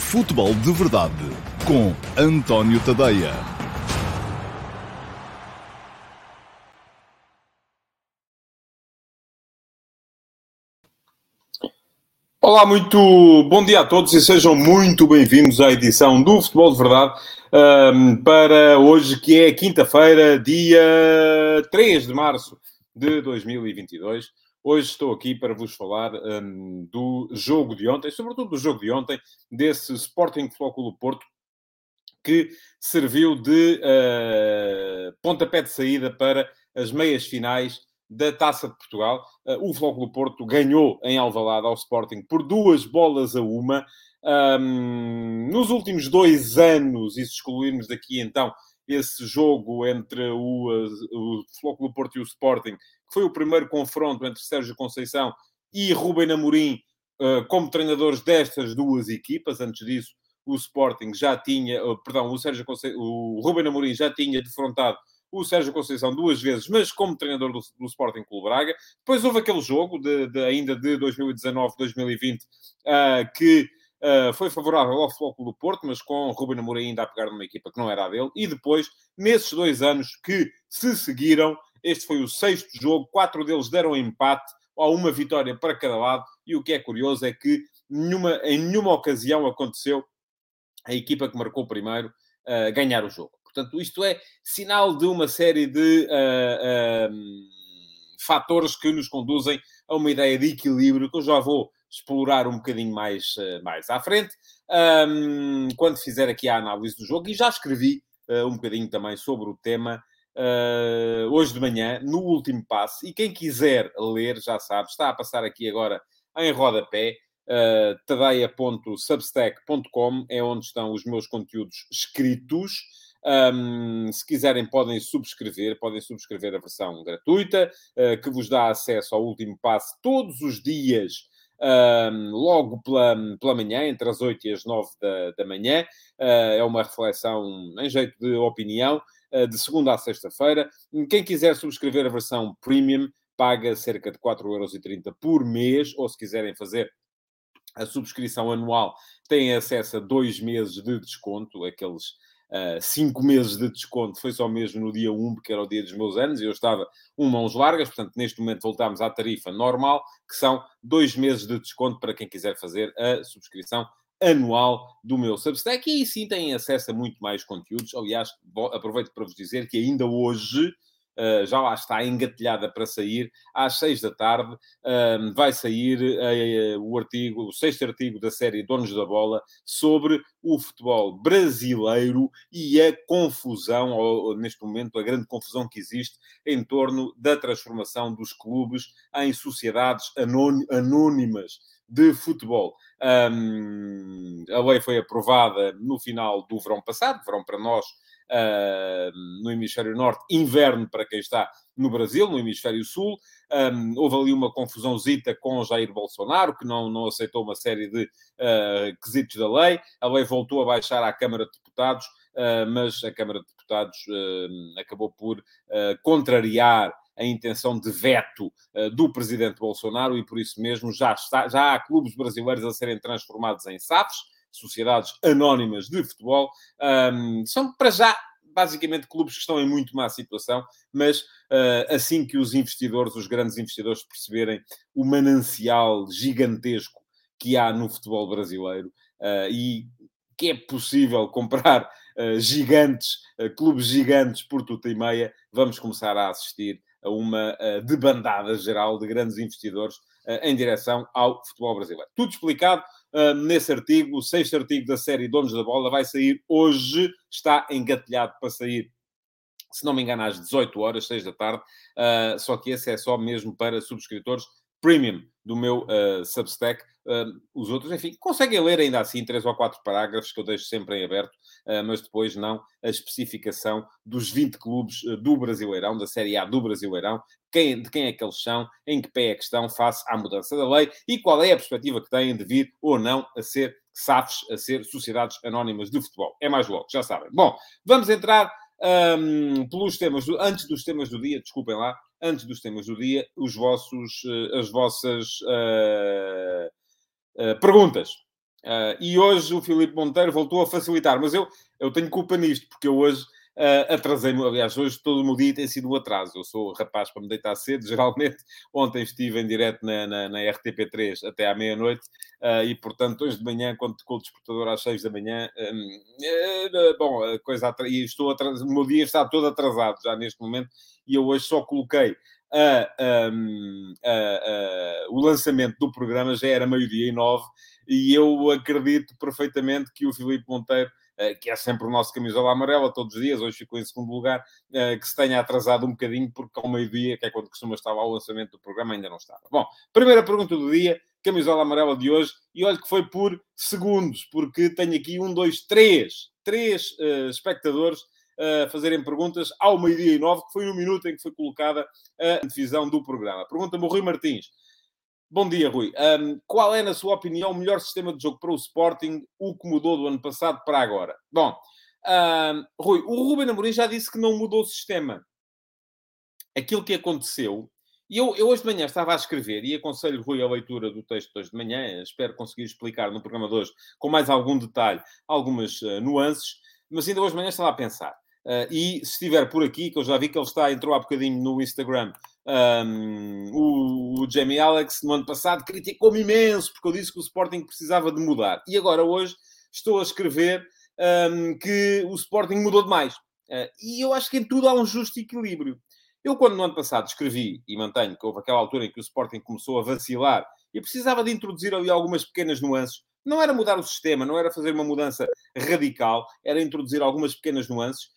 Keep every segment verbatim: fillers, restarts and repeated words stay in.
Futebol de Verdade com António Tadeia. Olá, muito bom dia a todos e sejam muito bem-vindos à edição do Futebol de Verdade um, para hoje, que é quinta-feira, dia três de março de dois mil e vinte e dois. Hoje estou aqui para vos falar um, do jogo de ontem, sobretudo do jogo de ontem, desse Sporting Futebol Clube Porto, que serviu de uh, pontapé de saída para as meias finais da Taça de Portugal. Uh, o Futebol Clube Porto ganhou em Alvalade ao Sporting por duas bolas a uma. Um, nos últimos dois anos, e se excluirmos daqui então esse jogo entre o, o Futebol Clube Porto e o Sporting, que foi o primeiro confronto entre Sérgio Conceição e Rubem Amorim uh, como treinadores destas duas equipas. Antes disso, o Sporting já tinha, perdão, o, Sérgio Conce... o Rubem Amorim já tinha defrontado o Sérgio Conceição duas vezes, mas como treinador do, do Sporting Clube Braga. Depois houve aquele jogo, de, de, ainda de dois mil e dezanove, dois mil e vinte, uh, que uh, foi favorável ao Futebol Clube do Porto, mas com o Rubem Amorim ainda a pegar numa equipa que não era a dele. E depois, nesses dois anos que se seguiram, este foi o sexto jogo, quatro deles deram empate, ou uma vitória para cada lado. E o que é curioso é que nenhuma, em nenhuma ocasião aconteceu a equipa que marcou primeiro uh, ganhar o jogo. Portanto, isto é sinal de uma série de uh, uh, fatores que nos conduzem a uma ideia de equilíbrio, que eu já vou explorar um bocadinho mais, uh, mais à frente, um, quando fizer aqui a análise do jogo. E já escrevi uh, um bocadinho também sobre o tema uh, hoje de manhã, no último passo. E quem quiser ler, já sabe, está a passar aqui agora em rodapé. Uh, tadeia ponto substack ponto com é onde estão os meus conteúdos escritos. Um, se quiserem, podem subscrever, podem subscrever a versão gratuita, uh, que vos dá acesso ao último passo todos os dias, um, logo pela, pela manhã, entre as oito e as nove da, da manhã. Uh, é uma reflexão em jeito de opinião, uh, de segunda a sexta-feira. Quem quiser subscrever a versão premium, paga cerca de quatro euros e trinta por mês, ou se quiserem fazer a subscrição anual, têm acesso a dois meses de desconto, aqueles uh, cinco meses de desconto. Foi só mesmo no dia um, porque era o dia dos meus anos, e eu estava um mãos largas. Portanto, neste momento voltámos à tarifa normal, que são dois meses de desconto para quem quiser fazer a subscrição anual do meu Substack. E aí sim têm acesso a muito mais conteúdos. Aliás, aproveito para vos dizer que ainda hoje, Uh, já lá está engatilhada para sair, às seis da tarde, uh, vai sair uh, o artigo, o sexto artigo da série Donos da Bola, sobre o futebol brasileiro e a confusão, ou neste momento, a grande confusão que existe em torno da transformação dos clubes em sociedades anónimas de futebol. Um, a lei foi aprovada no final do verão passado, verão para nós, Uh, no hemisfério norte, inverno para quem está no Brasil, no hemisfério sul. Um, houve ali uma confusãozita com Jair Bolsonaro, que não, não aceitou uma série de uh, quesitos da lei. A lei voltou a baixar à Câmara de Deputados, uh, mas a Câmara de Deputados uh, acabou por uh, contrariar a intenção de veto uh, do presidente Bolsonaro, e por isso mesmo já, está, já há clubes brasileiros a serem transformados em S A Fs, Sociedades Anónimas de Futebol. Um, são, para já, basicamente clubes que estão em muito má situação, mas uh, assim que os investidores, os grandes investidores, perceberem o manancial gigantesco que há no futebol brasileiro, uh, e que é possível comprar uh, gigantes, uh, clubes gigantes por tudo e meia, vamos começar a assistir a uma uh, debandada geral de grandes investidores uh, em direção ao futebol brasileiro. Tudo explicado uh, nesse artigo, o sexto artigo da série Donos da Bola, vai sair hoje, está engatilhado para sair, se não me engano, às dezoito horas, seis da tarde, uh, só que esse é só mesmo para subscritores premium do meu uh, Substack. Uh, os outros, enfim, conseguem ler ainda assim três ou quatro parágrafos que eu deixo sempre em aberto, uh, mas depois não a especificação dos vinte clubes uh, do Brasileirão, da Série A do Brasileirão, quem, de quem é que eles são, em que pé é que estão face à mudança da lei e qual é a perspectiva que têm de vir ou não a ser S A Fs, a ser Sociedades Anónimas de Futebol. É mais logo, já sabem. Bom, vamos entrar um, pelos temas, do, antes dos temas do dia, desculpem lá, antes dos temas do dia, os vossos, uh, as vossas uh, uh, perguntas. Uh, e hoje o Filipe Monteiro voltou a facilitar, mas eu, eu tenho culpa nisto, porque eu hoje uh, atrasei-me. Aliás, hoje todo o meu dia tem sido um atraso. Eu sou rapaz para me deitar cedo, geralmente. Ontem estive em direto na, na, na R T P três até à meia-noite, uh, e portanto, hoje de manhã, quando tocou o despertador às seis da manhã, um, uh, bom, a coisa atra... e estou atras... o meu dia está todo atrasado já neste momento, e eu hoje só coloquei. Uh, um, uh, uh, o lançamento do programa já era meio-dia e nove, e eu acredito perfeitamente que o Filipe Monteiro, uh, que é sempre o nosso camisola amarela todos os dias, hoje ficou em segundo lugar, uh, que se tenha atrasado um bocadinho, porque ao meio-dia, que é quando costuma estar lá o lançamento do programa, ainda não estava. Bom, primeira pergunta do dia, camisola amarela de hoje, e olha que foi por segundos, porque tenho aqui um, dois, três, três uh, espectadores a fazerem perguntas ao meio-dia e nove, que foi no minuto em que foi colocada a divisão do programa. Pergunta-me o Rui Martins. Bom dia, Rui. Um, qual é, na sua opinião, o melhor sistema de jogo para o Sporting, o que mudou do ano passado para agora? Bom, um, Rui, o Ruben Amorim já disse que não mudou o sistema. Aquilo que aconteceu... E eu, eu hoje de manhã estava a escrever, e aconselho, Rui, a leitura do texto de hoje de manhã. Espero conseguir explicar no programa de hoje, com mais algum detalhe, algumas uh, nuances. Mas ainda hoje de manhã estava a pensar. Uh, e se estiver por aqui, que eu já vi que ele está, entrou há bocadinho no Instagram, um, o, o Jamie Alex, no ano passado, criticou-me imenso, porque eu disse que o Sporting precisava de mudar. E agora, hoje, estou a escrever um, que o Sporting mudou demais. Uh, e eu acho que em tudo há um justo equilíbrio. Eu, quando no ano passado escrevi, e mantenho, que houve aquela altura em que o Sporting começou a vacilar, e precisava de introduzir ali algumas pequenas nuances. Não era mudar o sistema, não era fazer uma mudança radical, era introduzir algumas pequenas nuances,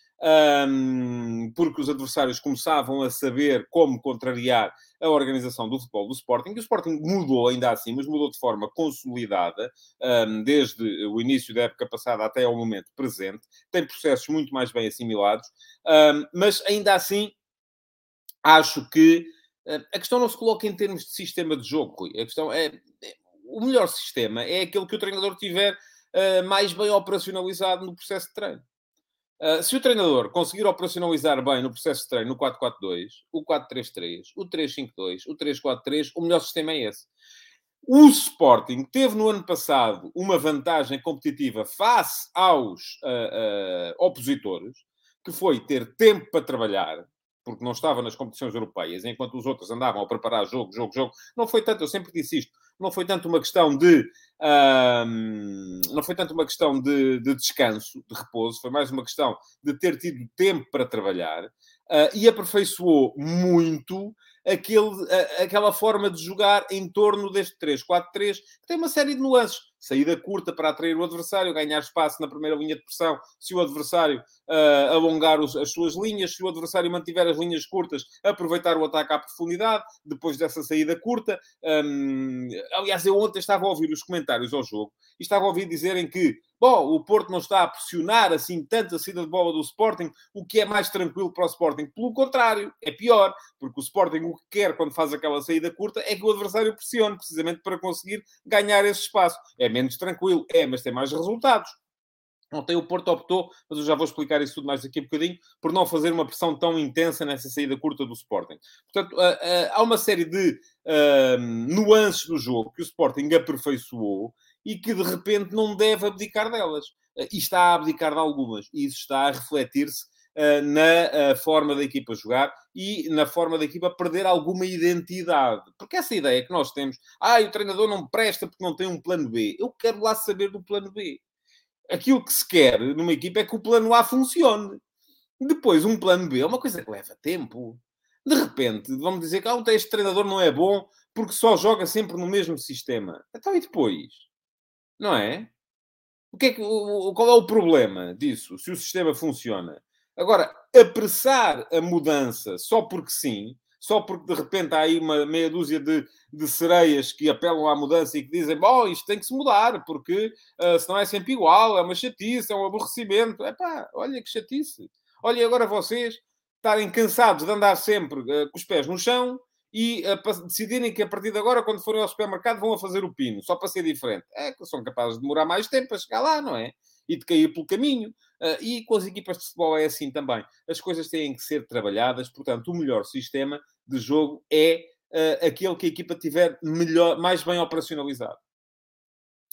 um, porque os adversários começavam a saber como contrariar a organização do futebol do Sporting, e o Sporting mudou ainda assim, mas mudou de forma consolidada, um, desde o início da época passada até ao momento presente, tem processos muito mais bem assimilados, um, mas ainda assim, acho que uh, a questão não se coloca em termos de sistema de jogo, Rui. A questão é, é o melhor sistema é aquele que o treinador tiver uh, mais bem operacionalizado no processo de treino. Uh, se o treinador conseguir operacionalizar bem no processo de treino no quatro quatro dois, o quatro três três, o três cinco dois, o três quatro três, o melhor sistema é esse. O Sporting teve no ano passado uma vantagem competitiva face aos uh, uh, opositores, que foi ter tempo para trabalhar, porque não estava nas competições europeias, enquanto os outros andavam a preparar jogo, jogo, jogo. Não foi tanto, eu sempre disse isto, não foi tanto uma questão de... Um, não foi tanto uma questão de, de descanso, de repouso, foi mais uma questão de ter tido tempo para trabalhar, uh, e aperfeiçoou muito aquele, uh, aquela forma de jogar em torno deste três quatro três, que tem uma série de nuances. Saída curta para atrair o adversário, ganhar espaço na primeira linha de pressão, se o adversário uh, alongar os, as suas linhas, se o adversário mantiver as linhas curtas, aproveitar o ataque à profundidade, depois dessa saída curta. Um, aliás, eu ontem estava a ouvir os comentários ao jogo e estava a ouvir dizerem que, bom, o Porto não está a pressionar assim tanto a saída de bola do Sporting, o que é mais tranquilo para o Sporting. Pelo contrário, é pior, porque o Sporting o que quer quando faz aquela saída curta é que o adversário pressione, precisamente para conseguir ganhar esse espaço. É menos tranquilo, é, mas tem mais resultados. Ontem o Porto optou, mas eu já vou explicar isso tudo mais daqui a bocadinho, por não fazer uma pressão tão intensa nessa saída curta do Sporting. Portanto, uh, uh, há uma série de uh, nuances do jogo que o Sporting aperfeiçoou e que, de repente, não deve abdicar delas. Uh, e está a abdicar de algumas. E isso está a refletir-se uh, na uh, forma da equipa jogar e na forma da equipa perder alguma identidade. Porque essa ideia que nós temos, ah, o treinador não presta porque não tem um plano B. Eu quero lá saber do plano B. Aquilo que se quer numa equipa é que o plano A funcione. Depois, um plano B é uma coisa que leva tempo. De repente, vamos dizer que ah, este treinador não é bom porque só joga sempre no mesmo sistema. Então, e depois? Não é? O que é que, o, qual é o problema disso, se o sistema funciona? Agora, apressar a mudança só porque sim, só porque de repente há aí uma meia dúzia de, de sereias que apelam à mudança e que dizem, bom, isto tem que se mudar, porque uh, senão é sempre igual, é uma chatice, é um aborrecimento. Epá, olha que chatice. Olha, agora vocês estarem cansados de andar sempre uh, com os pés no chão e uh, decidirem que a partir de agora, quando forem ao supermercado, vão a fazer o pino, só para ser diferente. É que são capazes de demorar mais tempo a chegar lá, não é? E de cair pelo caminho. Uh, e com as equipas de futebol é assim também. As coisas têm que ser trabalhadas. Portanto, o melhor sistema de jogo é uh, aquele que a equipa tiver melhor, mais bem operacionalizado.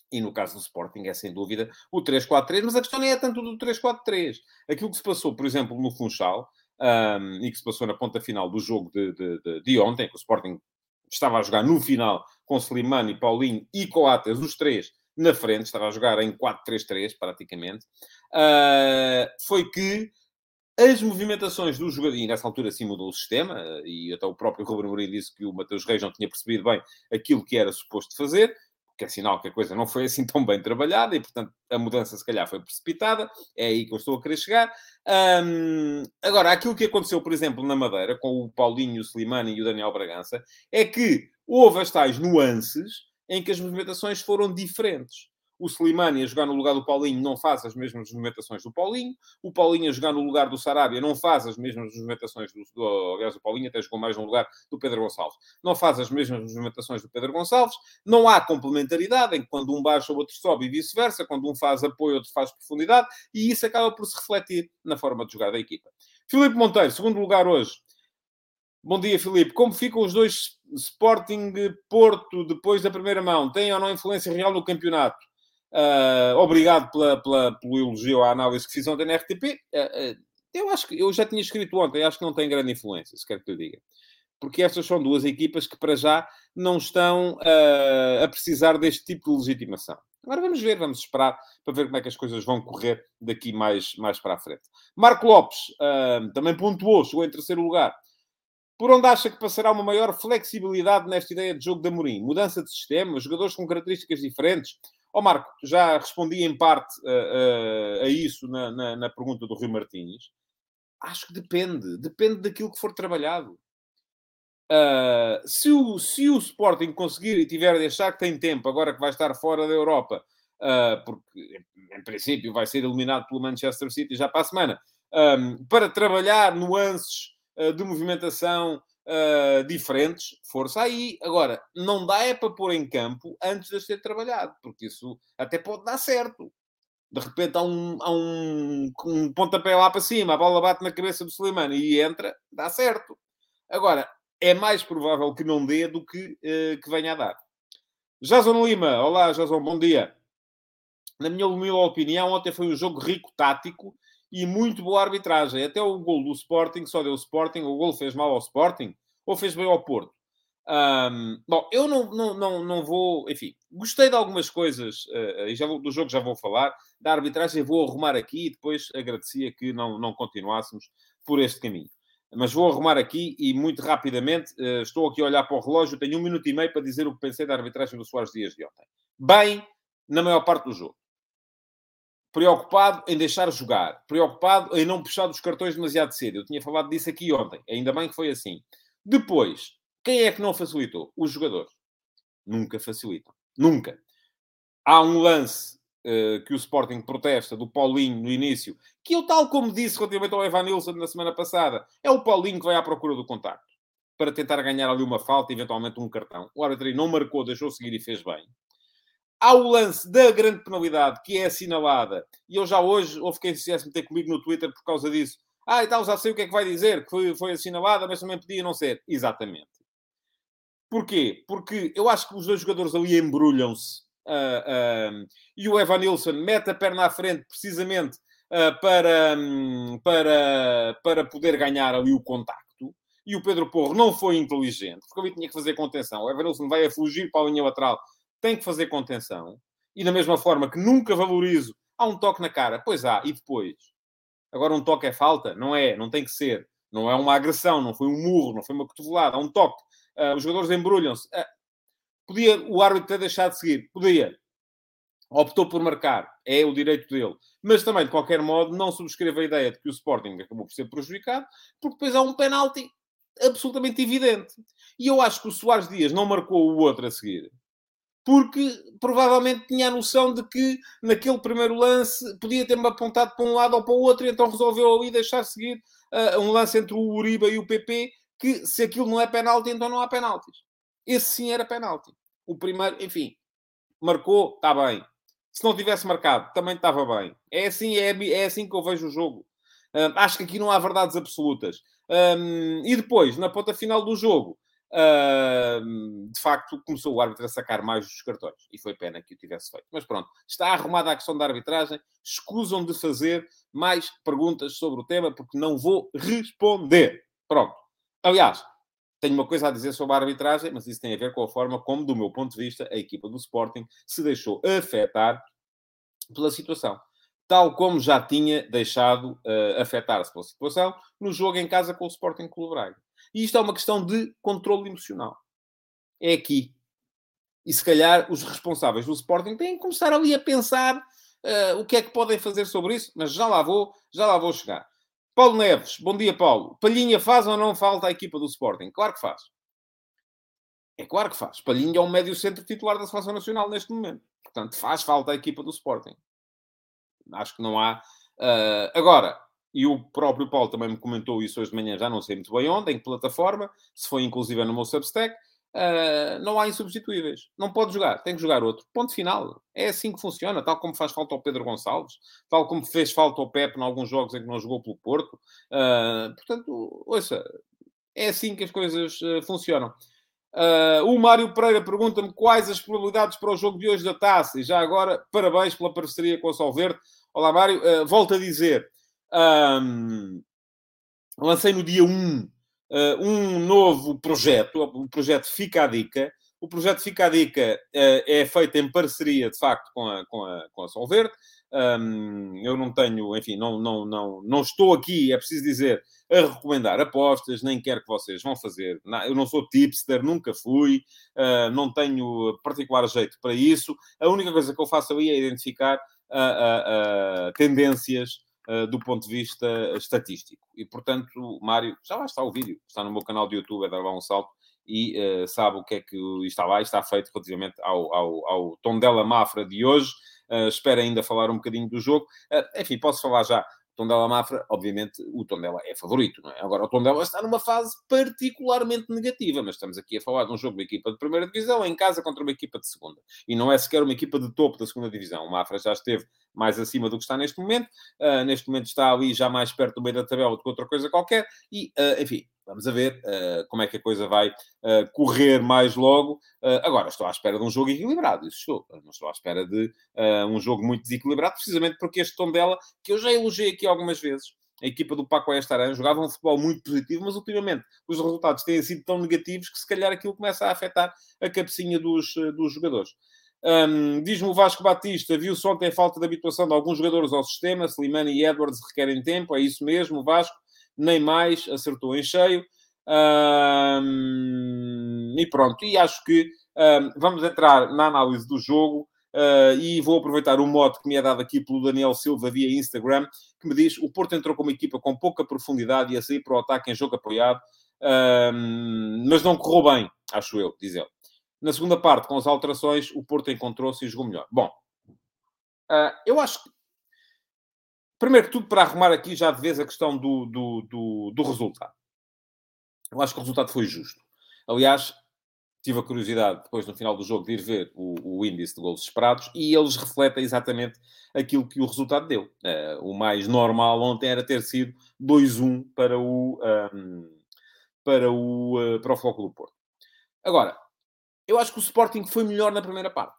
E no caso do Sporting é, sem dúvida, o três quatro três, mas a questão nem é tanto do três quatro três. Aquilo que se passou, por exemplo, no Funchal, um, e que se passou na ponta final do jogo de, de, de, de ontem, que o Sporting estava a jogar no final com Slimani, Paulinho e Coates, os três na frente, estava a jogar em quatro três três, praticamente, uh, foi que as movimentações do jogador, e nessa altura sim mudou o sistema, e até o próprio Ruben Amorim disse que o Mateus Reis não tinha percebido bem aquilo que era suposto fazer, que é sinal que a coisa não foi assim tão bem trabalhada, e portanto a mudança se calhar foi precipitada, é aí que eu estou a querer chegar. Um, agora, aquilo que aconteceu, por exemplo, na Madeira, com o Paulinho, o Slimani e o Daniel Bragança, é que houve as tais nuances em que as movimentações foram diferentes. O Slimani a jogar no lugar do Paulinho não faz as mesmas movimentações do Paulinho. O Paulinho a jogar no lugar do Sarabia não faz as mesmas movimentações do... do aliás, o Paulinho até jogou mais no lugar do Pedro Gonçalves. Não faz as mesmas movimentações do Pedro Gonçalves. Não há complementaridade em que quando um baixa o outro sobe e vice-versa. Quando um faz apoio, outro faz profundidade. E isso acaba por se refletir na forma de jogar da equipa. Filipe Monteiro, segundo lugar hoje. Bom dia, Filipe. Como ficam os dois Sporting Porto depois da primeira mão? Tem ou não influência real no campeonato? Uh, obrigado pela, pela, pelo elogio à análise que fiz ontem na R T P. Uh, uh, eu acho que eu já tinha escrito ontem, acho que não tem grande influência, se quer que eu diga. Porque estas são duas equipas que, para já, não estão uh, a precisar deste tipo de legitimação. Agora vamos ver, vamos esperar para ver como é que as coisas vão correr daqui mais, mais para a frente. Marco Lopes uh, também pontuou, chegou em terceiro lugar. Por onde acha que passará uma maior flexibilidade nesta ideia de jogo de Amorim? Mudança de sistema, jogadores com características diferentes? Ó oh, Marco, já respondi em parte uh, uh, a isso na, na, na pergunta do Rui Martins. Acho que depende. Depende daquilo que for trabalhado. Uh, se, o, se o Sporting conseguir e tiver de achar que tem tempo, agora que vai estar fora da Europa, uh, porque em princípio vai ser eliminado pelo Manchester City já para a semana, um, para trabalhar nuances uh, de movimentação Uh, diferentes, força aí. Agora, não dá é para pôr em campo antes de ter trabalhado, porque isso até pode dar certo. De repente há um, há um, um pontapé lá para cima, a bola bate na cabeça do Slimani e entra, dá certo. Agora, é mais provável que não dê do que uh, que venha a dar. Jason Lima, olá Jason, bom dia. Na minha humilde opinião, ontem foi um jogo rico tático e muito boa arbitragem. Até o gol do Sporting só deu Sporting. O gol fez mal ao Sporting ou fez bem ao Porto? Um, bom, eu não, não, não, não vou... Enfim, gostei de algumas coisas uh, e já vou, do jogo já vou falar. Da arbitragem vou arrumar aqui e depois agradecia que não, não continuássemos por este caminho. Mas vou arrumar aqui e muito rapidamente uh, estou aqui a olhar para o relógio. Tenho um minuto e meio para dizer o que pensei da arbitragem do Soares Dias de ontem. Bem, na maior parte do jogo. Preocupado em deixar jogar. Preocupado em não puxar dos cartões demasiado cedo. Eu tinha falado disso aqui ontem. Ainda bem que foi assim. Depois, quem é que não facilitou? Os jogadores. Nunca facilitam. Nunca. Há um lance uh, que o Sporting protesta do Paulinho no início, que eu, tal como disse relativamente ao Evanilson na semana passada, é o Paulinho que vai à procura do contacto. Para tentar ganhar ali uma falta, eventualmente um cartão. O árbitro não marcou, deixou seguir e fez bem. Há o lance da grande penalidade, que é assinalada. E eu já hoje, houve quem quisesse meter comigo no Twitter por causa disso. Ah, e tal, já sei o que é que vai dizer, que foi, foi assinalada, mas também podia não ser. Exatamente. Porquê? Porque eu acho que os dois jogadores ali embrulham-se. Uh, uh, e o Evanilson mete a perna à frente, precisamente, uh, para, um, para, para poder ganhar ali o contacto. E o Pedro Porro não foi inteligente, porque ali tinha que fazer contenção. O Evanilson vai a fugir para a linha lateral. Tem que fazer contenção. E da mesma forma que nunca valorizo, há um toque na cara. Pois há. E depois? Agora um toque é falta? Não é. Não tem que ser. Não é uma agressão. Não foi um murro. Não foi uma cotovelada. Há um toque. Uh, os jogadores embrulham-se. Uh, podia o árbitro ter deixado de seguir? Podia. Optou por marcar. É o direito dele. Mas também, de qualquer modo, não subscreva a ideia de que o Sporting acabou por ser prejudicado, porque depois há um penalti absolutamente evidente. E eu acho que o Soares Dias não marcou o outro a seguir, porque provavelmente tinha a noção de que naquele primeiro lance podia ter-me apontado para um lado ou para o outro, e então resolveu ali deixar seguir uh, um lance entre o Uribe e o P P, que se aquilo não é penalti, então não há penaltis. Esse sim era penalti. O primeiro, enfim, marcou, está bem. Se não tivesse marcado, também estava bem. É assim, é, é assim que eu vejo o jogo. Uh, acho que aqui não há verdades absolutas. Um, e depois, na ponta final do jogo, Uh, de facto, começou o árbitro a sacar mais os cartões. E foi pena que o tivesse feito. Mas pronto, está arrumada a questão da arbitragem. Escusam de fazer mais perguntas sobre o tema, porque não vou responder. Pronto. Aliás, tenho uma coisa a dizer sobre a arbitragem, mas isso tem a ver com a forma como, do meu ponto de vista, a equipa do Sporting se deixou afetar pela situação. Tal como já tinha deixado uh, afetar-se pela situação no jogo em casa com o Sporting Clube Braga. E isto é uma questão de controle emocional. É aqui. E se calhar os responsáveis do Sporting têm que começar ali a pensar uh, o que é que podem fazer sobre isso, mas já lá vou, já lá vou chegar. Paulo Neves, bom dia, Paulo. Palhinha faz ou não falta à equipa do Sporting? Claro que faz. É claro que faz. Palhinha é um médio-centro titular da Seleção Nacional neste momento. Portanto, faz falta à equipa do Sporting. Acho que não há... Uh, agora, e o próprio Paulo também me comentou isso hoje de manhã, já não sei muito bem onde, em que plataforma, se foi inclusive no meu Substack, uh, não há insubstituíveis. Não pode jogar, tem que jogar outro. Ponto final. É assim que funciona, tal como faz falta ao Pedro Gonçalves, tal como fez falta ao Pepe em alguns jogos em que não jogou pelo Porto. Uh, portanto, ouça, é assim que as coisas uh, funcionam. Uh, o Mário Pereira pergunta-me quais as probabilidades para o jogo de hoje da Taça. E já agora, parabéns pela parceria com a Solverde. Olá, Mário. Uh, volto a dizer, um, lancei no dia um uh, um novo projeto. O projeto Fica a Dica. O projeto Fica a Dica uh, é feito em parceria, de facto, com a, com a, com a Solverde. Um, eu não tenho, enfim, não, não, não, não estou aqui, é preciso dizer, a recomendar apostas, nem quero que vocês vão fazer. Eu não sou tipster, nunca fui, uh, não tenho particular jeito para isso. A única coisa que eu faço ali é identificar uh, uh, uh, tendências uh, do ponto de vista estatístico. E, portanto, Mário, já lá está o vídeo, está no meu canal de YouTube, é dar lá um salto e uh, sabe o que é que está lá e está feito relativamente ao, ao, ao Tondela Mafra de hoje. Uh, espero ainda falar um bocadinho do jogo. Uh, enfim, posso falar já. Tondela Mafra, obviamente, o Tondela é favorito, não é? Agora, o Tondela está numa fase particularmente negativa, mas estamos aqui a falar de um jogo de uma equipa de primeira divisão em casa contra uma equipa de segunda. E não é sequer uma equipa de topo da segunda divisão. O Mafra já esteve mais acima do que está neste momento. Uh, neste momento está ali já mais perto do meio da tabela do que outra coisa qualquer. E, uh, enfim, vamos a ver uh, como é que a coisa vai uh, correr mais logo. Uh, agora, estou à espera de um jogo equilibrado. Isso estou. Não estou à espera de uh, um jogo muito desequilibrado, precisamente porque este Tondela, que eu já elogiei aqui algumas vezes, a equipa do Paco Estaran jogava um futebol muito positivo, mas ultimamente os resultados têm sido tão negativos que se calhar aquilo começa a afetar a cabecinha dos, dos jogadores. Um, diz-me o Vasco Batista, viu-se ontem a falta de habituação de alguns jogadores ao sistema, Slimani e Edwards requerem tempo, é isso mesmo, Vasco, nem mais, acertou em cheio. Um, e pronto, e acho que um, vamos entrar na análise do jogo. Uh, e vou aproveitar o mote que me é dado aqui pelo Daniel Silva via Instagram, que me diz: o Porto entrou com uma equipa com pouca profundidade e a sair para o ataque em jogo apoiado, uh, mas não correu bem, acho eu, diz ele. Na segunda parte, com as alterações, o Porto encontrou-se e jogou melhor. Bom, uh, eu acho que, primeiro que tudo, para arrumar aqui já de vez a questão do, do, do, do resultado. Eu acho que o resultado foi justo. Aliás, tive a curiosidade, depois, no final do jogo, de ir ver o, o índice de golos esperados e eles refletem exatamente aquilo que o resultado deu. Uh, o mais normal ontem era ter sido dois a um para o, um, para o, uh, para o Flóculo do Porto. Agora, eu acho que o Sporting foi melhor na primeira parte.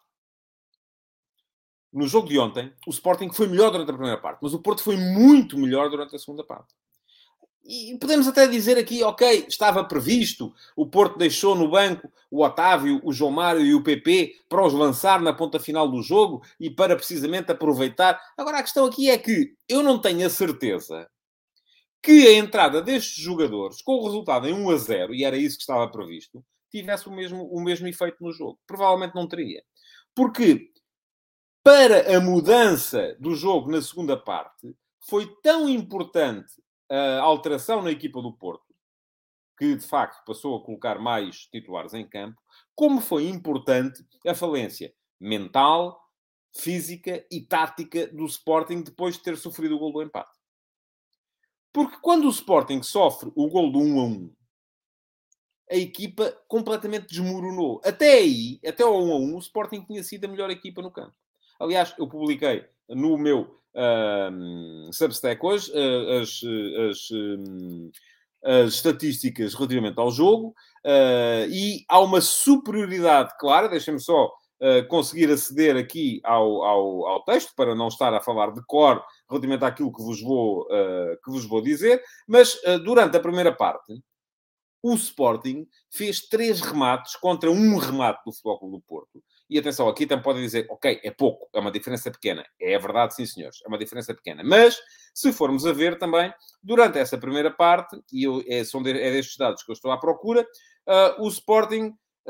No jogo de ontem, o Sporting foi melhor durante a primeira parte, mas o Porto foi muito melhor durante a segunda parte. E podemos até dizer aqui, ok, estava previsto, o Porto deixou no banco o Otávio, o João Mário e o P P para os lançar na ponta final do jogo e para precisamente aproveitar. Agora, a questão aqui é que eu não tenho a certeza que a entrada destes jogadores, com o resultado em um a zero, e era isso que estava previsto, tivesse o mesmo, o mesmo efeito no jogo. Provavelmente não teria. Porque, para a mudança do jogo na segunda parte, foi tão importante a alteração na equipa do Porto, que de facto passou a colocar mais titulares em campo, como foi importante a falência mental, física e tática do Sporting depois de ter sofrido o gol do empate. Porque quando o Sporting sofre o gol do um a um, a equipa completamente desmoronou. Até aí, até ao um a um, o Sporting tinha sido a melhor equipa no campo. Aliás, eu publiquei no meu um, Substack hoje uh, as, as, um, as estatísticas relativamente ao jogo, uh, e há uma superioridade clara, deixem-me só uh, conseguir aceder aqui ao, ao, ao texto, para não estar a falar de cor relativamente àquilo que vos vou, uh, que vos vou dizer, mas uh, durante a primeira parte, o Sporting fez três remates contra um remate do Futebol Clube do Porto. E atenção, aqui também podem dizer, ok, é pouco, é uma diferença pequena. É verdade, sim, senhores, é uma diferença pequena. Mas, se formos a ver também, durante essa primeira parte, e eu, é, são de, é destes dados que eu estou à procura, uh, o Sporting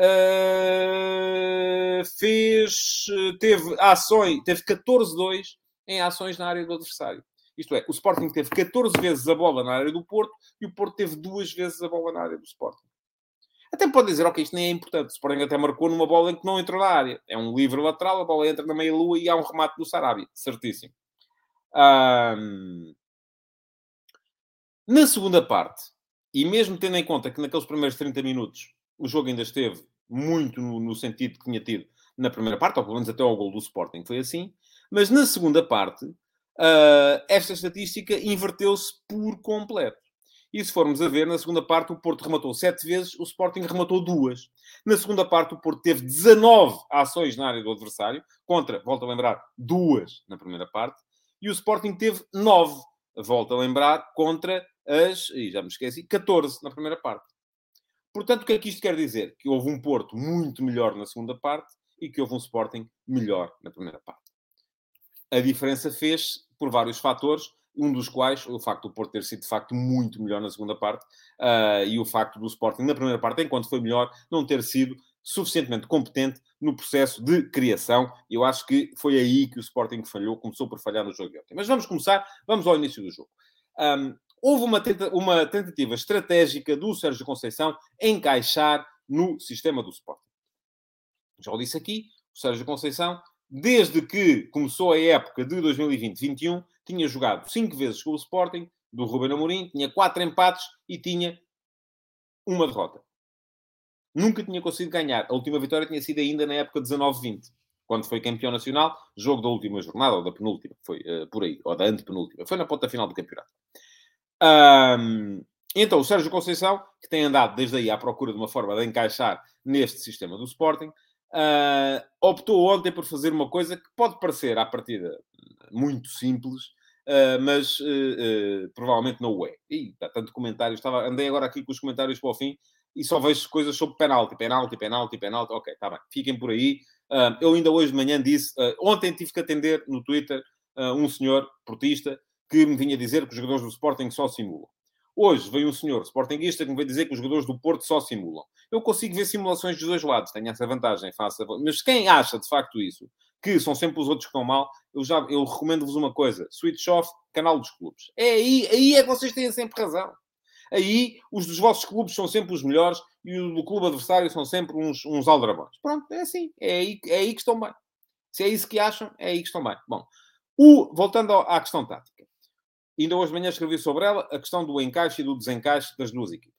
uh, fez, teve ações, teve catorze a dois em ações na área do adversário. Isto é, o Sporting teve catorze vezes a bola na área do Porto e o Porto teve duas vezes a bola na área do Sporting. Até pode dizer, ok, isto nem é importante. O Sporting até marcou numa bola em que não entrou na área. É um livre lateral, a bola entra na meia-lua e há um remate do Sarabia. Certíssimo. Um... Na segunda parte, e mesmo tendo em conta que naqueles primeiros trinta minutos o jogo ainda esteve muito no, no sentido que tinha tido na primeira parte, ou pelo menos até ao gol do Sporting foi assim, mas na segunda parte, uh, esta estatística inverteu-se por completo. E se formos a ver, na segunda parte o Porto rematou sete vezes, o Sporting rematou duas. Na segunda parte o Porto teve dezanove ações na área do adversário, contra, volto a lembrar, duas na primeira parte, e o Sporting teve nove, volto a lembrar, contra as, e já me esqueci, catorze na primeira parte. Portanto, o que é que isto quer dizer? Que houve um Porto muito melhor na segunda parte e que houve um Sporting melhor na primeira parte. A diferença fez por vários fatores, um dos quais o facto do Porto ter sido, de facto, muito melhor na segunda parte uh, e o facto do Sporting, na primeira parte, enquanto foi melhor, não ter sido suficientemente competente no processo de criação. Eu acho que foi aí que o Sporting falhou, começou por falhar no jogo de ontem. Mas vamos começar, vamos ao início do jogo. Um, houve uma, tenta- uma tentativa estratégica do Sérgio Conceição encaixar no sistema do Sporting. Já o disse aqui, o Sérgio Conceição, desde que começou a época de dois mil e vinte vinte e um, tinha jogado cinco vezes com o Sporting, do Ruben Amorim, tinha quatro empates e tinha uma derrota. Nunca tinha conseguido ganhar. A última vitória tinha sido ainda na época dezanove vinte, quando foi campeão nacional, jogo da última jornada, ou da penúltima, foi uh, por aí, ou da antepenúltima. Foi na ponta final do campeonato. Um, então, o Sérgio Conceição, que tem andado desde aí à procura de uma forma de encaixar neste sistema do Sporting, uh, optou ontem por fazer uma coisa que pode parecer, à partida, muito simples, uh, mas uh, uh, provavelmente não o é. Ih, está tanto comentário. Estava, andei agora aqui com os comentários para o fim e só vejo coisas sobre penalti, penalti, penalti, penalti. Ok, está bem. Fiquem por aí. Uh, eu ainda hoje de manhã disse... Uh, ontem tive que atender no Twitter uh, um senhor portista que me vinha dizer que os jogadores do Sporting só simulam. Hoje veio um senhor sportinguista que me veio dizer que os jogadores do Porto só simulam. Eu consigo ver simulações dos dois lados, tenho essa vantagem. Face a... Mas quem acha de facto isso, que são sempre os outros que estão mal, eu, já, eu recomendo-vos uma coisa. Switch off, canal dos clubes. É aí, aí é que vocês têm sempre razão. Aí os dos vossos clubes são sempre os melhores e os do clube adversário são sempre uns, uns aldrabões. Pronto, é assim. É aí, é aí que estão bem. Se é isso que acham, é aí que estão bem. Bom, o, voltando à questão tática. Ainda hoje de manhã escrevi sobre ela, a questão do encaixe e do desencaixe das duas equipes.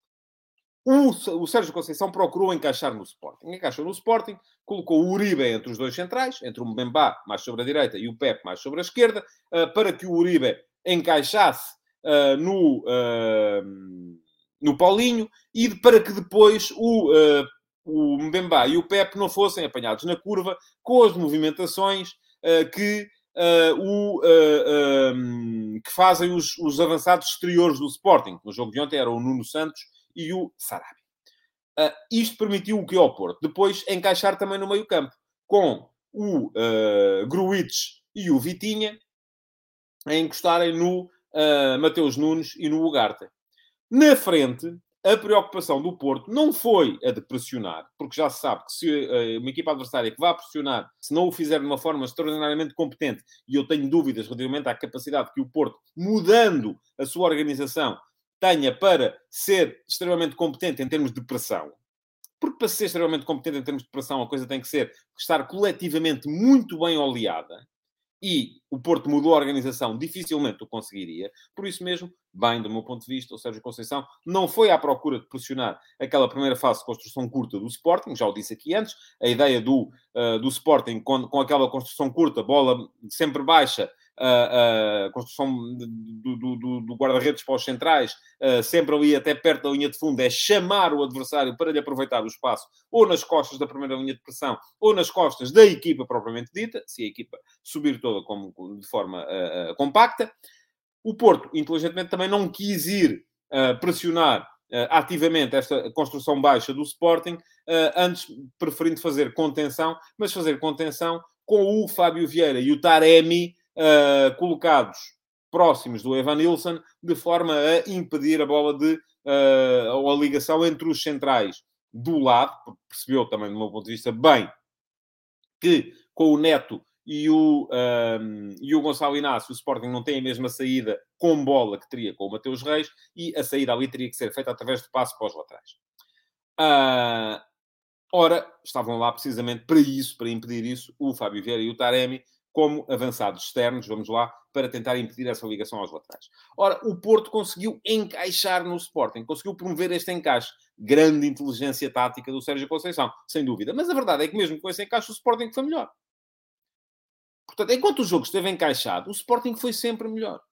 O, o Sérgio Conceição procurou encaixar no Sporting. Encaixou no Sporting, colocou o Uribe entre os dois centrais, entre o Mbemba mais sobre a direita e o Pepe mais sobre a esquerda, uh, para que o Uribe encaixasse uh, no, uh, no Paulinho e para que depois o, uh, o Mbemba e o Pepe não fossem apanhados na curva com as movimentações uh, que... Uh, o, uh, um, que fazem os, os avançados exteriores do Sporting. No jogo de ontem era o Nuno Santos e o Sarabia. Uh, isto permitiu o que ao Porto? Depois encaixar também no meio campo, com o uh, Gruitch e o Vitinha a encostarem no uh, Mateus Nunes e no Ugarte. Na frente, a preocupação do Porto não foi a de pressionar, porque já se sabe que se uh, uma equipa adversária que vá pressionar, se não o fizer de uma forma extraordinariamente competente, e eu tenho dúvidas relativamente à capacidade que o Porto, mudando a sua organização, tenha para ser extremamente competente em termos de pressão. Porque para ser extremamente competente em termos de pressão, a coisa tem que ser estar coletivamente muito bem oleada. E o Porto mudou a organização, dificilmente o conseguiria. Por isso mesmo, bem, do meu ponto de vista, o Sérgio Conceição não foi à procura de pressionar aquela primeira fase de construção curta do Sporting, já o disse aqui antes, a ideia do, uh, do Sporting com, com aquela construção curta, bola sempre baixa, a, a construção do, do, do, do guarda-redes para os centrais, uh, sempre ali até perto da linha de fundo, é chamar o adversário para lhe aproveitar o espaço, ou nas costas da primeira linha de pressão, ou nas costas da equipa propriamente dita, se a equipa subir toda como, de forma uh, uh, compacta. O Porto, inteligentemente, também não quis ir uh, pressionar uh, ativamente esta construção baixa do Sporting, uh, antes preferindo fazer contenção, mas fazer contenção com o Fábio Vieira e o Taremi uh, colocados próximos do Evanilson, de forma a impedir a bola de... Uh, ou a ligação entre os centrais do lado, porque percebeu também, do meu ponto de vista, bem, que com o Neto e o, um, e o Gonçalo Inácio, o Sporting não tem a mesma saída com bola que teria com o Mateus Reis, e a saída ali teria que ser feita através de passo para os laterais. Uh, ora, estavam lá precisamente para isso, para impedir isso, o Fábio Vieira e o Taremi, como avançados externos, vamos lá, para tentar impedir essa ligação aos laterais. Ora, o Porto conseguiu encaixar no Sporting, conseguiu promover este encaixe. Grande inteligência tática do Sérgio Conceição, sem dúvida. Mas a verdade é que mesmo com esse encaixe, o Sporting foi melhor. Portanto, enquanto o jogo esteve encaixado, o Sporting foi sempre melhor.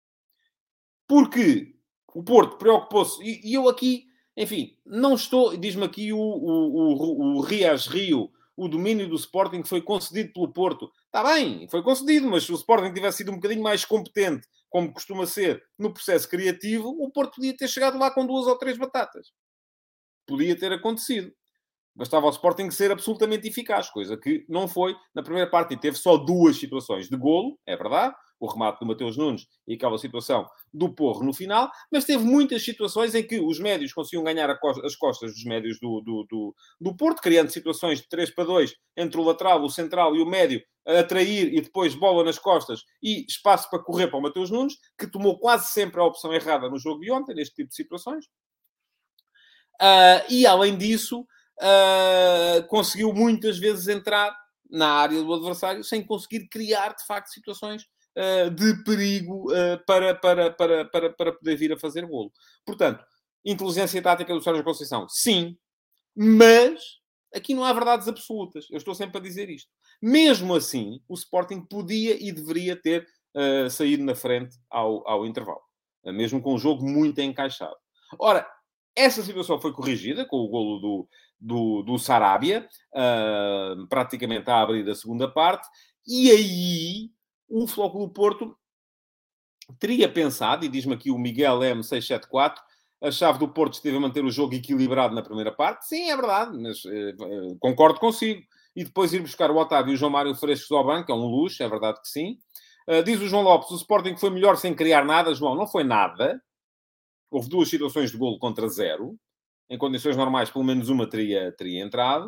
Porque o Porto preocupou-se... E, e eu aqui, enfim, não estou... Diz-me aqui o, o, o, o Rias Rio, o domínio do Sporting foi concedido pelo Porto. Está bem, foi concedido, mas se o Sporting tivesse sido um bocadinho mais competente, como costuma ser, no processo criativo, o Porto podia ter chegado lá com duas ou três batatas. Podia ter acontecido. Bastava ao Sporting ser absolutamente eficaz, coisa que não foi na primeira parte. E teve só duas situações de golo, é verdade, o remate do Mateus Nunes e aquela situação do Porro no final, mas teve muitas situações em que os médios conseguiam ganhar as costas dos médios do, do, do, do Porto, criando situações de três para dois entre o lateral, o central e o médio, a atrair e depois bola nas costas e espaço para correr para o Mateus Nunes, que tomou quase sempre a opção errada no jogo de ontem, neste tipo de situações. Uh, e, além disso, uh, conseguiu muitas vezes entrar na área do adversário sem conseguir criar, de facto, situações uh, de perigo uh, para, para, para, para, para poder vir a fazer golo. Portanto, inteligência tática do Sérgio Conceição, sim, mas aqui não há verdades absolutas. Eu estou sempre a dizer isto. Mesmo assim, o Sporting podia e deveria ter uh, saído na frente ao, ao intervalo. Uh, mesmo com um jogo muito encaixado. Ora, essa situação foi corrigida com o golo do, do, do Sarabia, uh, praticamente a abrir a segunda parte, e aí o Flóculo Porto teria pensado, e diz-me aqui o Miguel M seiscentos e setenta e quatro, a chave do Porto esteve a manter o jogo equilibrado na primeira parte. Sim, é verdade, mas uh, concordo consigo. E depois ir buscar o Otávio e o João Mário frescos ao banco, é um luxo, é verdade que sim. Uh, diz o João Lopes, o Sporting foi melhor sem criar nada. João, não foi nada. Houve duas situações de golo contra zero. Em condições normais, pelo menos uma teria, teria entrado.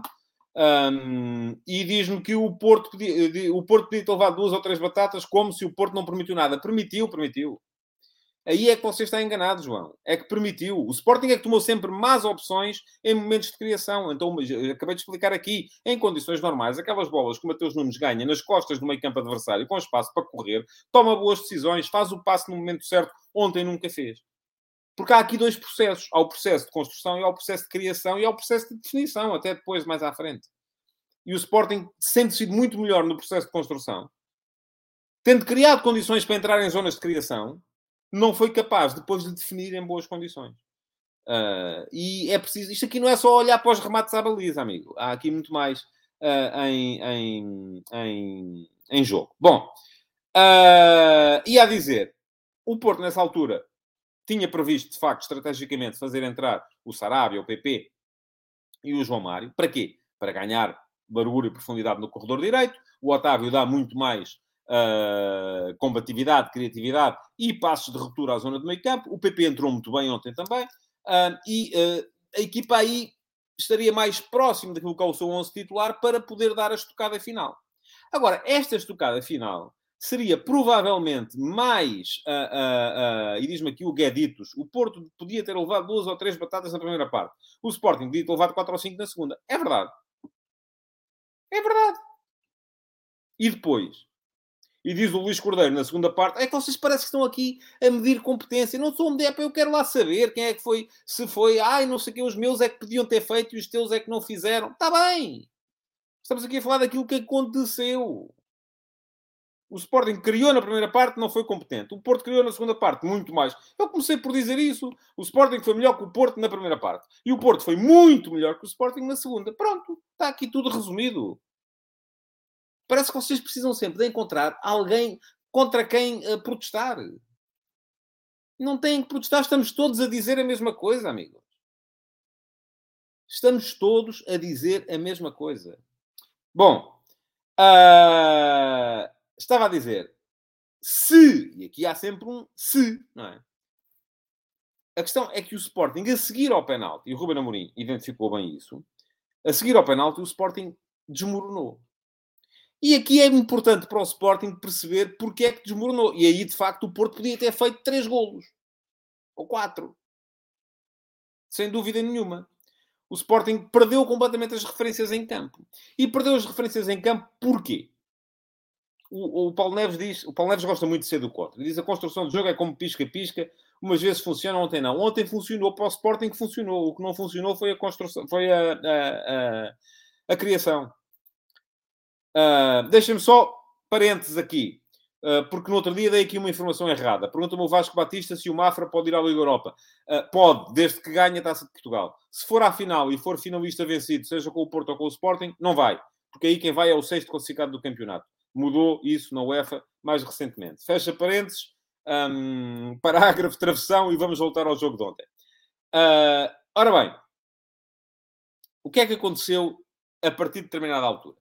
Um, e diz-me que o Porto, podia, o Porto podia ter levado duas ou três batatas, como se o Porto não permitiu nada. Permitiu, permitiu. Aí é que você está enganado, João. É que permitiu. O Sporting é que tomou sempre más opções em momentos de criação. Então, acabei de explicar aqui. Em condições normais, aquelas bolas que o Mateus Nunes ganha nas costas do meio campo adversário, com espaço para correr, toma boas decisões, faz o passe no momento certo. Ontem nunca fez. Porque há aqui dois processos. Há o processo de construção e há o processo de criação e há o processo de definição, até depois, mais à frente. E o Sporting, sendo sido muito melhor no processo de construção, tendo criado condições para entrar em zonas de criação, não foi capaz, depois de definir em boas condições. Uh, e é preciso... Isto aqui não é só olhar para os remates à baliza, amigo. Há aqui muito mais uh, em, em, em, em jogo. Bom, uh, e a dizer, o Porto, nessa altura, tinha previsto, de facto, estrategicamente, fazer entrar o Sarabia, o P P e o João Mário. Para quê? Para ganhar largura e profundidade no corredor direito. O Otávio dá muito mais uh, combatividade, criatividade e passos de ruptura à zona do meio campo. O P P entrou muito bem ontem também. Uh, e uh, a equipa aí estaria mais próximo daquilo que é o seu onze titular para poder dar a estocada final. Agora, esta estocada final seria provavelmente mais... Uh, uh, uh, e diz-me aqui o Gueditos. O Porto podia ter levado duas ou três batatas na primeira parte. O Sporting podia ter levado quatro ou cinco na segunda. É verdade. É verdade. E depois? E diz o Luís Cordeiro na segunda parte, é que vocês parecem que estão aqui a medir competência. Não sou um D P, eu quero lá saber quem é que foi, se foi, ai, não sei o que, os meus é que podiam ter feito e os teus é que não fizeram. Está bem. Estamos aqui a falar daquilo que aconteceu. O Sporting criou na primeira parte, não foi competente. O Porto criou na segunda parte, muito mais. Eu comecei por dizer isso. O Sporting foi melhor que o Porto na primeira parte. E o Porto foi muito melhor que o Sporting na segunda. Pronto, está aqui tudo resumido. Parece que vocês precisam sempre de encontrar alguém contra quem uh, protestar. Não têm que protestar, estamos todos a dizer a mesma coisa, amigos. Estamos todos a dizer a mesma coisa. Bom, uh, estava a dizer, se, e aqui há sempre um se, não é? A questão é que o Sporting, a seguir ao penalti, e o Ruben Amorim identificou bem isso, a seguir ao penalti, o Sporting desmoronou. E aqui é importante para o Sporting perceber porque é que desmoronou. E aí, de facto, o Porto podia ter feito três golos. Ou quatro. Sem dúvida nenhuma. O Sporting perdeu completamente as referências em campo. E perdeu as referências em campo porquê? O, o Paulo Neves diz... O Paulo Neves gosta muito de ser do contra. Diz a construção do jogo é como pisca-pisca. Umas vezes funciona, ontem não. Ontem funcionou para o Sporting que funcionou. O que não funcionou foi a construção... Foi a, a, a, a criação. Uh, Deixem-me só parênteses aqui, uh, porque no outro dia dei aqui uma informação errada. Pergunta-me o Vasco Batista se o Mafra pode ir à Liga Europa. Uh, pode, desde que ganhe a Taça de Portugal. Se for à final e for finalista vencido, seja com o Porto ou com o Sporting, não vai. Porque aí quem vai é o sexto classificado do campeonato. Mudou isso na UEFA mais recentemente. Fecha parênteses, um, parágrafo, travessão e vamos voltar ao jogo de ontem. Uh, ora bem, o que é que aconteceu a partir de determinada altura?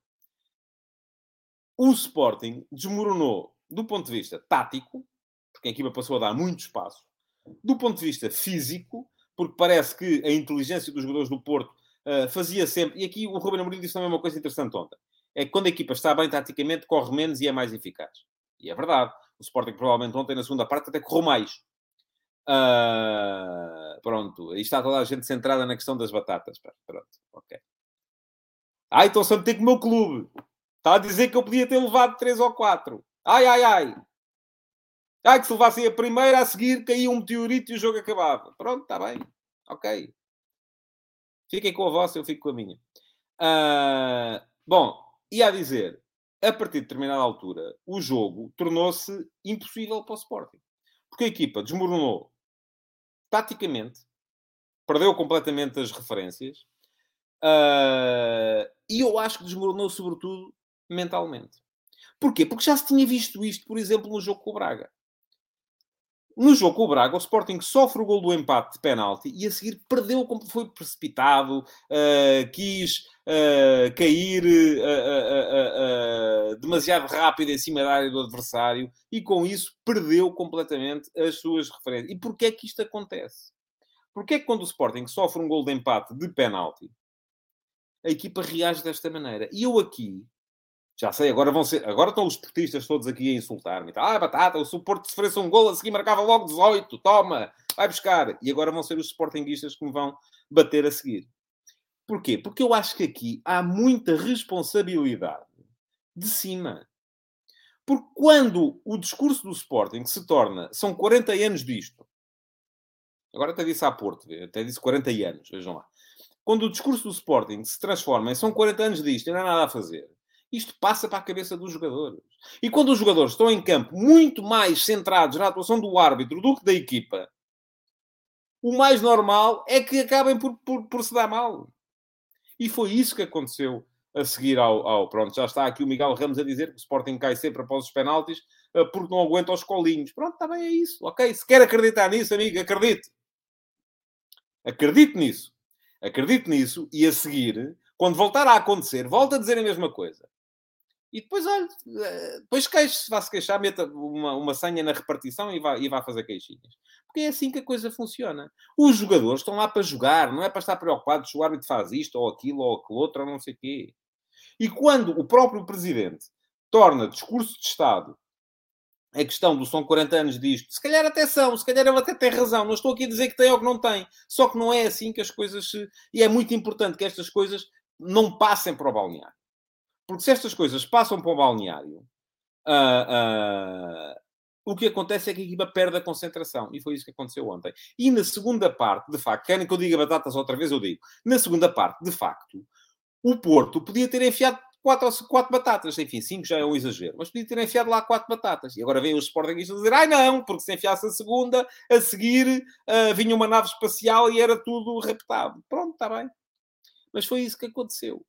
O Sporting desmoronou do ponto de vista tático, porque a equipa passou a dar muito espaço. Do ponto de vista físico, porque parece que a inteligência dos jogadores do Porto uh, fazia sempre... E aqui o Ruben Amorim disse também uma coisa interessante ontem. É que quando a equipa está bem taticamente, corre menos e é mais eficaz. E é verdade. O Sporting provavelmente ontem, na segunda parte, até correu mais. Uh, pronto. Aí está toda a gente centrada na questão das batatas. Pronto. Ok. Ah, então só me tem com o meu clube. Está a dizer que eu podia ter levado três ou quatro. Ai, ai, ai. Ai, que se levassem a primeira, a seguir caía um meteorito e o jogo acabava. Pronto, está bem. Ok. Fiquem com a vossa, eu fico com a minha. Uh, bom, ia a dizer, a partir de determinada altura, o jogo tornou-se impossível para o Sporting. Porque a equipa desmoronou taticamente, perdeu completamente as referências, uh, e eu acho que desmoronou sobretudo mentalmente. Porquê? Porque já se tinha visto isto, por exemplo, no jogo com o Braga. No jogo com o Braga, o Sporting sofre o gol do empate de penalti e a seguir perdeu, como foi precipitado, uh, quis uh, cair uh, uh, uh, uh, demasiado rápido em cima da área do adversário e com isso perdeu completamente as suas referências. E porquê é que isto acontece? Porquê é que quando o Sporting sofre um gol de empate de penalti, a equipa reage desta maneira? E eu aqui... Já sei, agora vão ser... Agora estão os portistas todos aqui a insultar-me. Ah, batata, se o Porto sofresse um gol, a seguir marcava logo dezoito. Toma, vai buscar. E agora vão ser os sportinguistas que me vão bater a seguir. Porquê? Porque eu acho que aqui há muita responsabilidade de cima. Porque quando o discurso do Sporting se torna... São quarenta anos disto. Agora até disse à Porto. Até disse quarenta anos. Vejam lá. Quando o discurso do Sporting se transforma em são quarenta anos disto e não há nada a fazer... Isto passa para a cabeça dos jogadores. E quando os jogadores estão em campo muito mais centrados na atuação do árbitro do que da equipa, o mais normal é que acabem por, por, por se dar mal. E foi isso que aconteceu a seguir ao, ao... Pronto, já está aqui o Miguel Ramos a dizer que o Sporting cai sempre após os penaltis porque não aguenta os colinhos. Pronto, está bem, é isso. Ok? Se quer acreditar nisso, amigo, acredite. Acredite nisso. Acredite nisso e a seguir, quando voltar a acontecer, volta a dizer a mesma coisa. E depois, olha, depois queixe-se, vá-se queixar, meta uma, uma senha na repartição e vá, e vá fazer queixinhas. Porque é assim que a coisa funciona. Os jogadores estão lá para jogar, não é para estar preocupados se o árbitro faz isto, ou aquilo, ou aquilo outro, ou não sei o quê. E quando o próprio Presidente torna discurso de Estado a questão do são quarenta anos disto, se calhar até são, se calhar ele até tem razão, não estou aqui a dizer que tem ou que não tem. Só que não é assim que as coisas se... E é muito importante que estas coisas não passem para o balneário. Porque se estas coisas passam para o balneário, uh, uh, o que acontece é que a equipa perde a concentração. E foi isso que aconteceu ontem. E na segunda parte, de facto, querem que eu diga batatas outra vez, eu digo. Na segunda parte, de facto, o Porto podia ter enfiado quatro, quatro batatas. Enfim, cinco já é um exagero. Mas podia ter enfiado lá quatro batatas. E agora vem os Sportingistas dizer, ai não, porque se enfiasse a segunda, a seguir uh, vinha uma nave espacial e era tudo raptado. Pronto, está bem. Mas foi isso que aconteceu.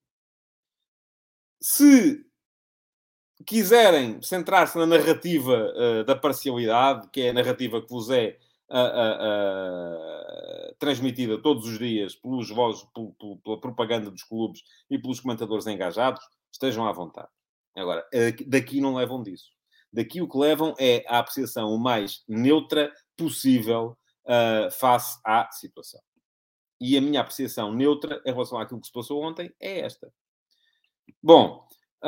Se quiserem centrar-se na narrativa uh, da parcialidade, que é a narrativa que vos é uh, uh, uh, transmitida todos os dias pelos vozes, pela propaganda dos clubes e pelos comentadores engajados, estejam à vontade. Agora, uh, daqui não levam disso. Daqui o que levam é a apreciação o mais neutra possível uh, face à situação. E a minha apreciação neutra em relação àquilo que se passou ontem é esta. Bom...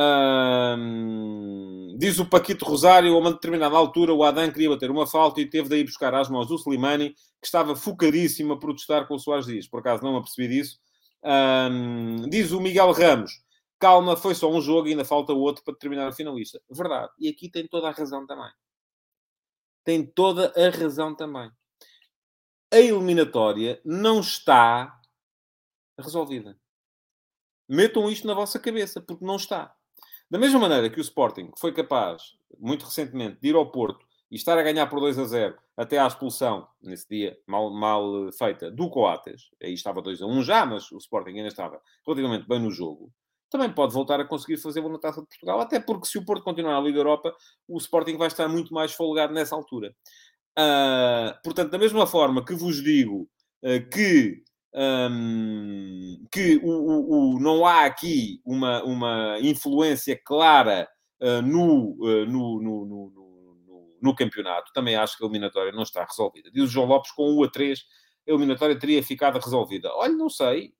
Hum, diz o Paquito Rosário, a uma determinada altura o Adam queria bater uma falta e teve de ir buscar às mãos o Slimani, que estava focadíssimo a protestar com o Soares Dias. Por acaso não me apercebi disso. Hum, diz o Miguel Ramos, calma, foi só um jogo e ainda falta outro para determinar o finalista. Verdade. E aqui tem toda a razão também. Tem toda a razão também. A eliminatória não está resolvida. Metam isto na vossa cabeça, porque não está. Da mesma maneira que o Sporting foi capaz, muito recentemente, de ir ao Porto e estar a ganhar por dois a zero até à expulsão, nesse dia mal, mal feita, do Coates, aí estava dois a um já, mas o Sporting ainda estava relativamente bem no jogo, também pode voltar a conseguir fazê-lo na Taça de Portugal, até porque se o Porto continuar na Liga Europa, o Sporting vai estar muito mais folgado nessa altura. Uh, portanto, da mesma forma que vos digo uh, que Um, que o, o, o, não há aqui uma, uma influência clara uh, no, uh, no, no, no, no, no campeonato. Também acho que a eliminatória não está resolvida. Diz o João Lopes, com um a três, a eliminatória teria ficado resolvida. Olha, não sei.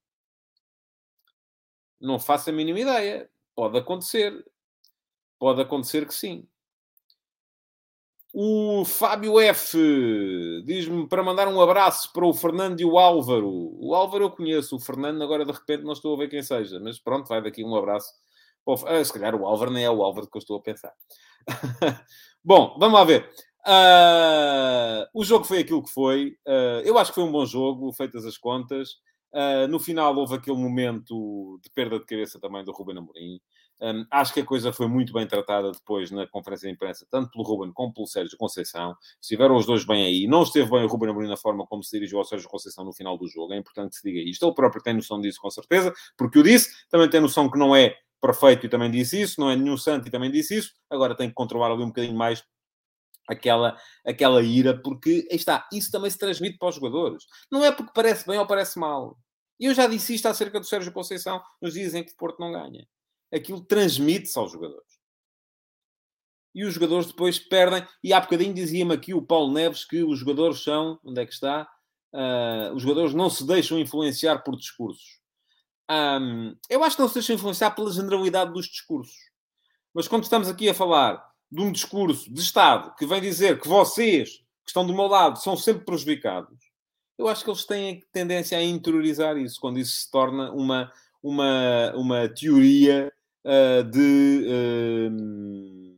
Não faço a mínima ideia. Pode acontecer. Pode acontecer que sim. O Fábio F diz-me para mandar um abraço para o Fernando e o Álvaro. O Álvaro eu conheço, o Fernando agora de repente não estou a ver quem seja, mas pronto, vai daqui um abraço. Ah, se calhar o Álvaro nem é o Álvaro que eu estou a pensar. Bom, vamos lá ver. Uh, o jogo foi aquilo que foi. Uh, eu acho que foi um bom jogo, feitas as contas. Uh, no final houve aquele momento de perda de cabeça também do Ruben Amorim. Um, acho que a coisa foi muito bem tratada depois na conferência de imprensa, tanto pelo Ruben como pelo Sérgio Conceição. Estiveram os dois bem aí. Não esteve bem o Ruben Amorim na forma como se dirigiu ao Sérgio Conceição no final do jogo. É importante que se diga isto. Ele próprio tem noção disso, com certeza, porque o disse. Também tem noção que não é perfeito e também disse isso. Não é nenhum santo e também disse isso. Agora tem que controlar ali um bocadinho mais aquela, aquela ira, porque, aí está, isso também se transmite para os jogadores. Não é porque parece bem ou parece mal. E eu já disse isto acerca do Sérgio Conceição nos dias em que o Porto não ganha. Aquilo transmite-se aos jogadores. E os jogadores depois perdem. E há bocadinho dizia-me aqui o Paulo Neves que os jogadores são... Onde é que está? Uh, os jogadores não se deixam influenciar por discursos. Um, eu acho que não se deixam influenciar pela generalidade dos discursos. Mas quando estamos aqui a falar de um discurso de Estado que vem dizer que vocês, que estão do meu lado, são sempre prejudicados, eu acho que eles têm tendência a interiorizar isso, quando isso se torna uma, uma, uma teoria uh, de, uh,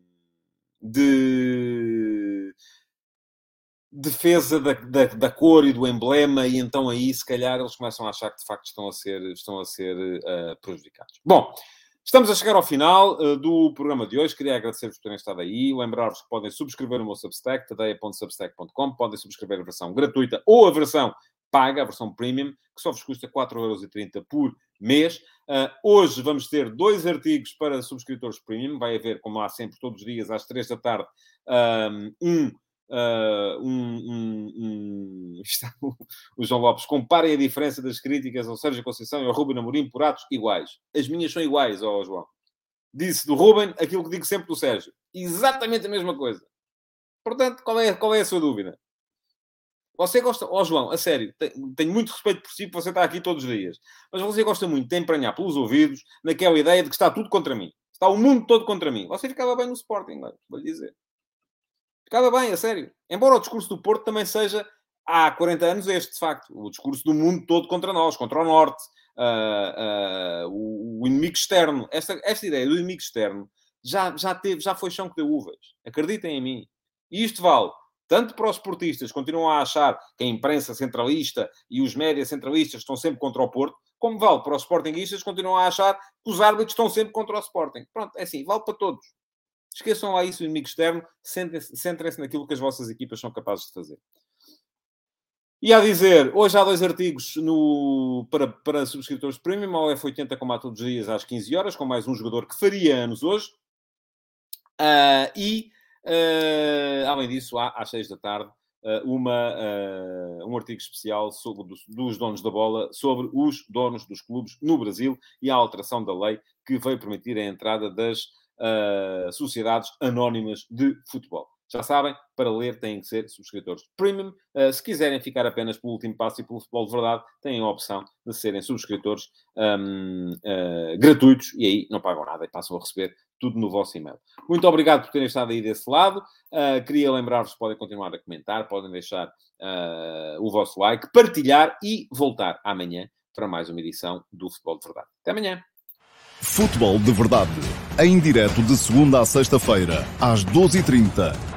de defesa da, da, da cor e do emblema, e então aí, se calhar, eles começam a achar que, de facto, estão a ser, estão a ser uh, prejudicados. Bom, estamos a chegar ao final uh, do programa de hoje. Queria agradecer-vos por terem estado aí. Lembrar-vos que podem subscrever o meu Substack, tadeia ponto substack ponto com. Podem subscrever a versão gratuita ou a versão paga, a versão premium, que só vos custa quatro euros e trinta por mês. Uh, hoje vamos ter dois artigos para subscritores premium. Vai haver, como há sempre, todos os dias, às três da tarde, um... Uh, um, um, um... Está o, o João Lopes. Comparem a diferença das críticas ao Sérgio Conceição e ao Ruben Amorim por atos iguais. As minhas são iguais, ó João. Disse do Ruben aquilo que digo sempre do Sérgio. Exatamente a mesma coisa. Portanto, qual é, qual é a sua dúvida? Você gosta... Ó João, a sério, tenho muito respeito por si, porque você está aqui todos os dias. Mas você gosta muito de empranhar pelos ouvidos naquela ideia de que está tudo contra mim. Está o mundo todo contra mim. Você ficava bem no Sporting, vou-lhe dizer. Ficava bem, a sério. Embora o discurso do Porto também seja, há quarenta anos, este, de facto. O discurso do mundo todo contra nós, contra o Norte, uh, uh, o, o inimigo externo. Esta, esta ideia do inimigo externo já, já, teve, já foi chão que deu uvas. Acreditem em mim. E isto vale tanto para os portistas, que continuam a achar que a imprensa centralista e os médias centralistas estão sempre contra o Porto, como vale para os sportinguistas, continuam a achar que os árbitros estão sempre contra o Sporting. Pronto, é assim, vale para todos. Esqueçam lá isso, o inimigo externo, centrem-se naquilo que as vossas equipas são capazes de fazer. E a dizer, hoje há dois artigos no, para, para subscritores premium, ao F oitenta, como há todos os dias, às quinze horas, com mais um jogador que faria anos hoje. Uh, e, uh, além disso, há, às seis da tarde, uh, uma, uh, um artigo especial sobre, dos, dos donos da bola sobre os donos dos clubes no Brasil e a alteração da lei que veio permitir a entrada das Uh, sociedades anónimas de futebol. Já sabem, para ler têm que ser subscritores premium. Uh, se quiserem ficar apenas pelo último passo e pelo futebol de verdade, têm a opção de serem subscritores um, uh, gratuitos e aí não pagam nada e passam a receber tudo no vosso e-mail. Muito obrigado por terem estado aí desse lado. Uh, queria lembrar-vos que podem continuar a comentar, podem deixar uh, o vosso like, partilhar e voltar amanhã para mais uma edição do Futebol de Verdade. Até amanhã. Futebol de Verdade, em direto de segunda a sexta-feira, às doze e trinta,